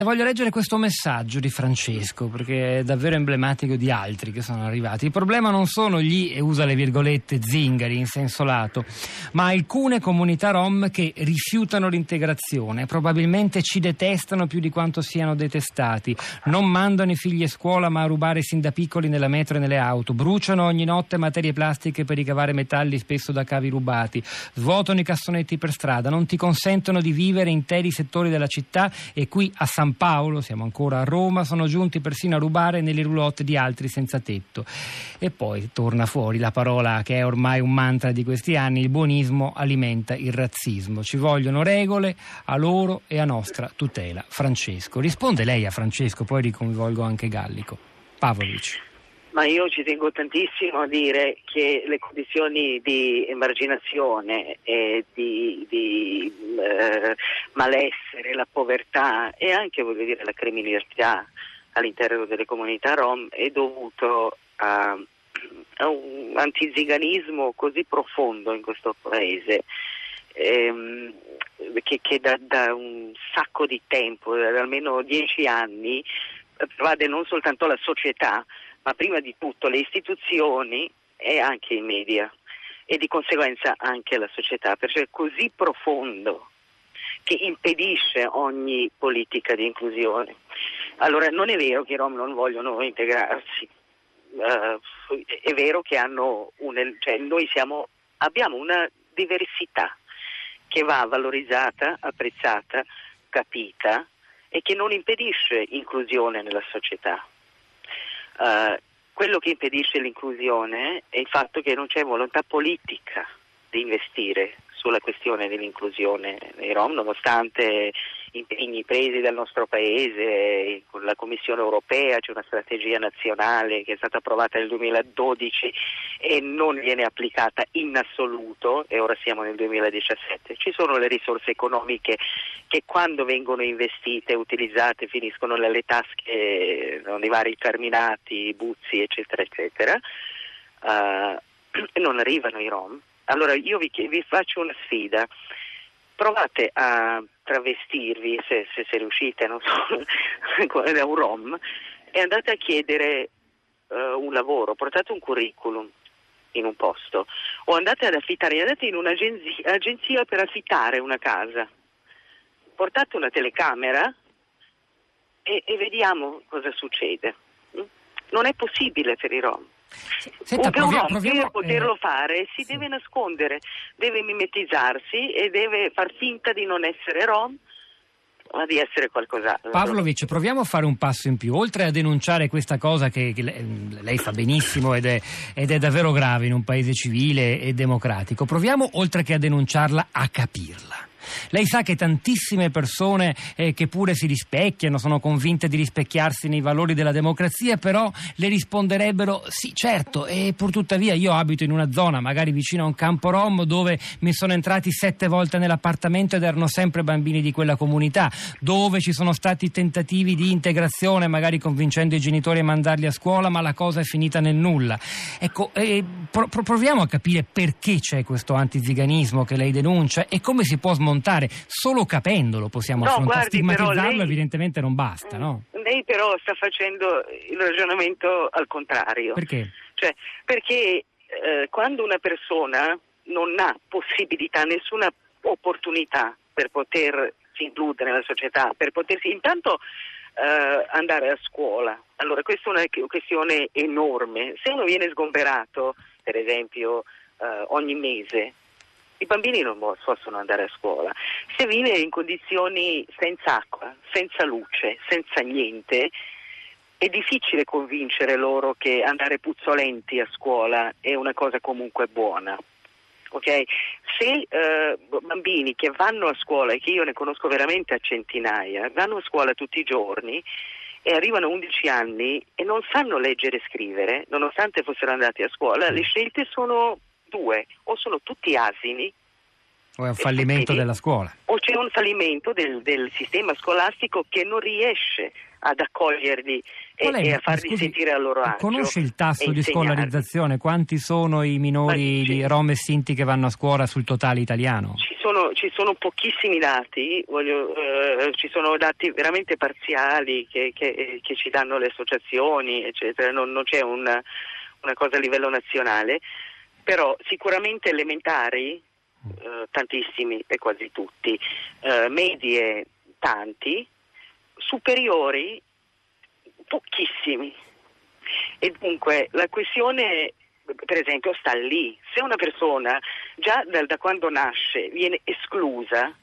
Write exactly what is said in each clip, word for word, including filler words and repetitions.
Voglio leggere questo messaggio di Francesco perché è davvero emblematico di altri che sono arrivati. Il problema non sono gli, e usa le virgolette, zingari in senso lato, ma alcune comunità rom che rifiutano l'integrazione, probabilmente ci detestano più di quanto siano detestati, non mandano i figli a scuola ma a rubare sin da piccoli nella metro e nelle auto, bruciano ogni notte materie plastiche per ricavare metalli spesso da cavi rubati, svuotano i cassonetti per strada, non ti consentono di vivere interi settori della città e qui a San Paolo, siamo ancora a Roma, sono giunti persino a rubare nelle roulotte di altri senza tetto. E poi torna fuori la parola che è ormai un mantra di questi anni: il buonismo alimenta il razzismo. Ci vogliono regole a loro e a nostra tutela. Francesco, risponde lei a Francesco, poi ricoinvolgo anche Gallico. Pavlovic. Ma io ci tengo tantissimo a dire che le condizioni di emarginazione e di, di eh, malessere, la povertà e anche, voglio dire, la criminalità all'interno delle comunità rom è dovuto a, a un antiziganismo così profondo in questo paese ehm, che, che da, da un sacco di tempo, da almeno dieci anni, pervade non soltanto la società, ma prima di tutto le istituzioni e anche i media e di conseguenza anche la società, perché è così profondo che impedisce ogni politica di inclusione. Allora, non è vero che i rom non vogliono integrarsi, uh, è vero che hanno un, cioè noi siamo, abbiamo una diversità che va valorizzata, apprezzata, capita e che non impedisce inclusione nella società. Uh, quello che impedisce l'inclusione è il fatto che non c'è volontà politica di investire sulla questione dell'inclusione dei rom, nonostante impegni presi dal nostro paese con la Commissione europea. C'è una strategia nazionale che è stata approvata nel duemiladodici e non viene applicata in assoluto, e ora siamo nel duemiladiciassette. Ci sono le risorse economiche che quando vengono investite e utilizzate finiscono nelle tasche no, dei vari carminati, Buzzi, eccetera, eccetera, uh, e non arrivano i rom. Allora io vi, vi faccio una sfida: provate a travestirvi, se, se, se riuscite, non so, da un rom, e andate a chiedere uh, un lavoro, portate un curriculum in un posto, o andate ad affittare, andate in un'agenzia agenzia per affittare una casa, portate una telecamera e, e vediamo cosa succede. Non è possibile per i rom. Senta, un proviamo, rom proviamo, per poterlo eh, fare si sì. deve nascondere, deve mimetizzarsi e deve far finta di non essere rom ma di essere qualcos'altro. Pavlovic, proviamo a fare un passo in più. Oltre a denunciare questa cosa che, che lei, lei fa benissimo ed è, ed è davvero grave in un paese civile e democratico, proviamo, oltre che a denunciarla, a capirla. Lei sa che tantissime persone eh, che pure si rispecchiano, sono convinte di rispecchiarsi nei valori della democrazia, però le risponderebbero sì, certo, e pur tuttavia io abito in una zona magari vicino a un campo rom dove mi sono entrati sette volte nell'appartamento ed erano sempre bambini di quella comunità, dove ci sono stati tentativi di integrazione magari convincendo i genitori a mandarli a scuola, ma la cosa è finita nel nulla. Ecco, eh, pro- proviamo a capire perché c'è questo antiziganismo che lei denuncia e come si può smontare. Solo capendolo possiamo no, affrontare. guardi, Stigmatizzarlo però lei, evidentemente non basta, no? Lei però sta facendo il ragionamento al contrario. Perché? Cioè, perché eh, quando una persona non ha possibilità, nessuna opportunità per potersi includere nella società, per potersi intanto eh, andare a scuola, allora questa è una questione enorme. Se uno viene sgomberato, per esempio, eh, ogni mese, i bambini non possono andare a scuola. Se vive in condizioni senza acqua, senza luce, senza niente, è difficile convincere loro che andare puzzolenti a scuola è una cosa comunque buona. Okay? Se eh, bambini che vanno a scuola, e che io ne conosco veramente a centinaia, vanno a scuola tutti i giorni e arrivano a undici anni e non sanno leggere e scrivere, nonostante fossero andati a scuola, le scelte sono due: o sono tutti asini O è un fallimento della scuola. O c'è un fallimento del, del sistema scolastico che non riesce ad accoglierli e, è, e a farli scusi, sentire a loro agio. Conosce il tasso di insegnarli. scolarizzazione? Quanti sono i minori di Rom e Sinti che vanno a scuola sul totale italiano? Ci sono, ci sono pochissimi dati, voglio, eh, ci sono dati veramente parziali che, che, che ci danno le associazioni, eccetera. Non, non c'è una, una cosa a livello nazionale, però sicuramente elementari, eh, tantissimi e quasi tutti, eh, medie tanti, superiori pochissimi. E dunque la questione, per esempio, sta lì. Se una persona già da, da quando nasce viene esclusa,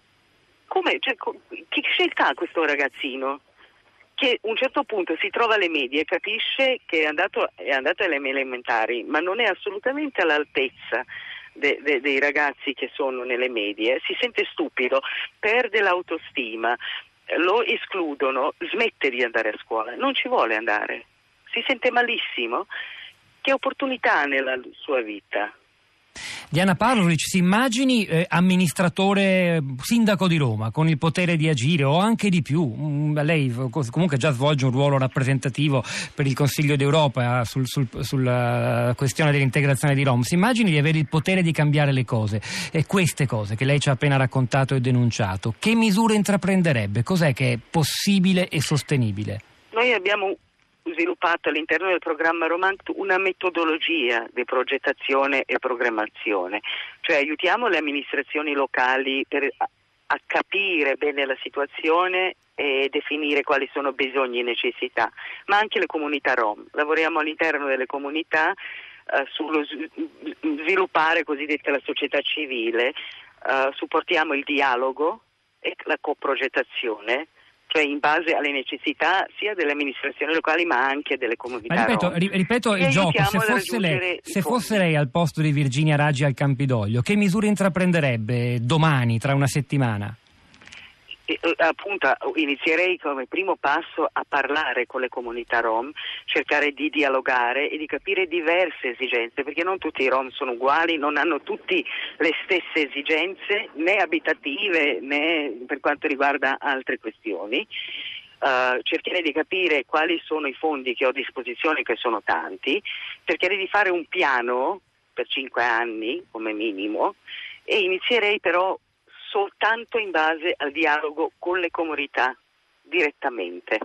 come, cioè, che scelta ha questo ragazzino? Che a un certo punto si trova alle medie e capisce che è andato, è andato alle elementari, ma non è assolutamente all'altezza de, de, dei ragazzi che sono nelle medie, si sente stupido, perde l'autostima, lo escludono, smette di andare a scuola, non ci vuole andare, si sente malissimo. Che opportunità ha nella sua vita? Diana Pavlovic, si immagini eh, amministratore, sindaco di Roma, con il potere di agire o anche di più. Mm, lei comunque già svolge un ruolo rappresentativo per il Consiglio d'Europa sul, sul, sulla questione dell'integrazione di Rom. Si immagini di avere il potere di cambiare le cose, e queste cose che lei ci ha appena raccontato e denunciato, che misure intraprenderebbe? Cos'è che è possibile e sostenibile? Noi abbiamo sviluppato all'interno del programma Romact una metodologia di progettazione e programmazione, cioè aiutiamo le amministrazioni locali per a, a capire bene la situazione e definire quali sono bisogni e necessità, ma anche le comunità Rom. Lavoriamo all'interno delle comunità eh, sullo sviluppare cosiddetta la società civile, eh, supportiamo il dialogo e la coprogettazione, cioè in base alle necessità sia delle amministrazioni locali ma anche delle comunità. Ma ripeto, Rom. ripeto il gioco, se fosse, lei, se fosse lei al posto di Virginia Raggi al Campidoglio, che misure intraprenderebbe domani, tra una settimana? E, appunto inizierei come primo passo a parlare con le comunità Rom, cercare di dialogare e di capire diverse esigenze, perché non tutti i Rom sono uguali, non hanno tutti le stesse esigenze né abitative né per quanto riguarda altre questioni. Uh, cercherei di capire quali sono i fondi che ho a disposizione, che sono tanti, cercherei di fare un piano per cinque anni come minimo e inizierei però soltanto in base al dialogo con le comunità direttamente.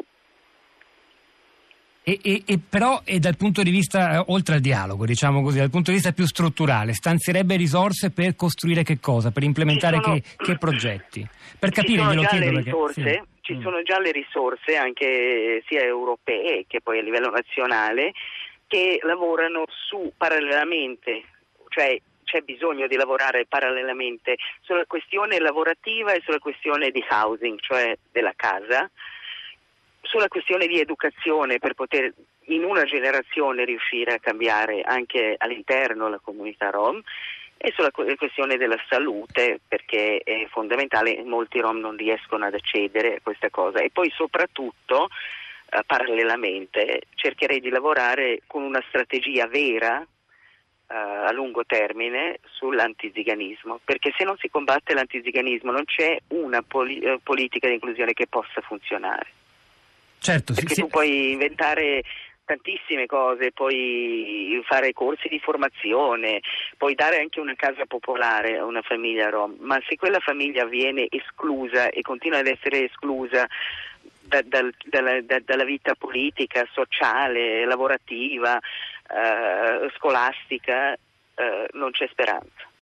E, e, e però e dal punto di vista, oltre al dialogo, diciamo così, dal punto di vista più strutturale, stanzierebbe risorse per costruire che cosa? Per implementare sono, che, che progetti? Per capire, glielo chiedo perché... Risorse, sì. Ci mm. sono già le risorse, anche sia europee che poi a livello nazionale, che lavorano su parallelamente, cioè c'è bisogno di lavorare parallelamente sulla questione lavorativa e sulla questione di housing, cioè della casa, sulla questione di educazione per poter in una generazione riuscire a cambiare anche all'interno la comunità Rom, e sulla questione della salute, perché è fondamentale, molti Rom non riescono ad accedere a questa cosa, e poi soprattutto eh, parallelamente cercherei di lavorare con una strategia vera Uh, a lungo termine sull'antiziganismo, perché se non si combatte l'antiziganismo non c'è una poli- uh, politica di inclusione che possa funzionare. Certo, perché sì, tu sì. puoi inventare tantissime cose, puoi fare corsi di formazione, puoi dare anche una casa popolare a una famiglia Rom, ma se quella famiglia viene esclusa e continua ad essere esclusa da, da, dalla, da, dalla vita politica, sociale, lavorativa, Uh, scolastica, uh, non c'è speranza.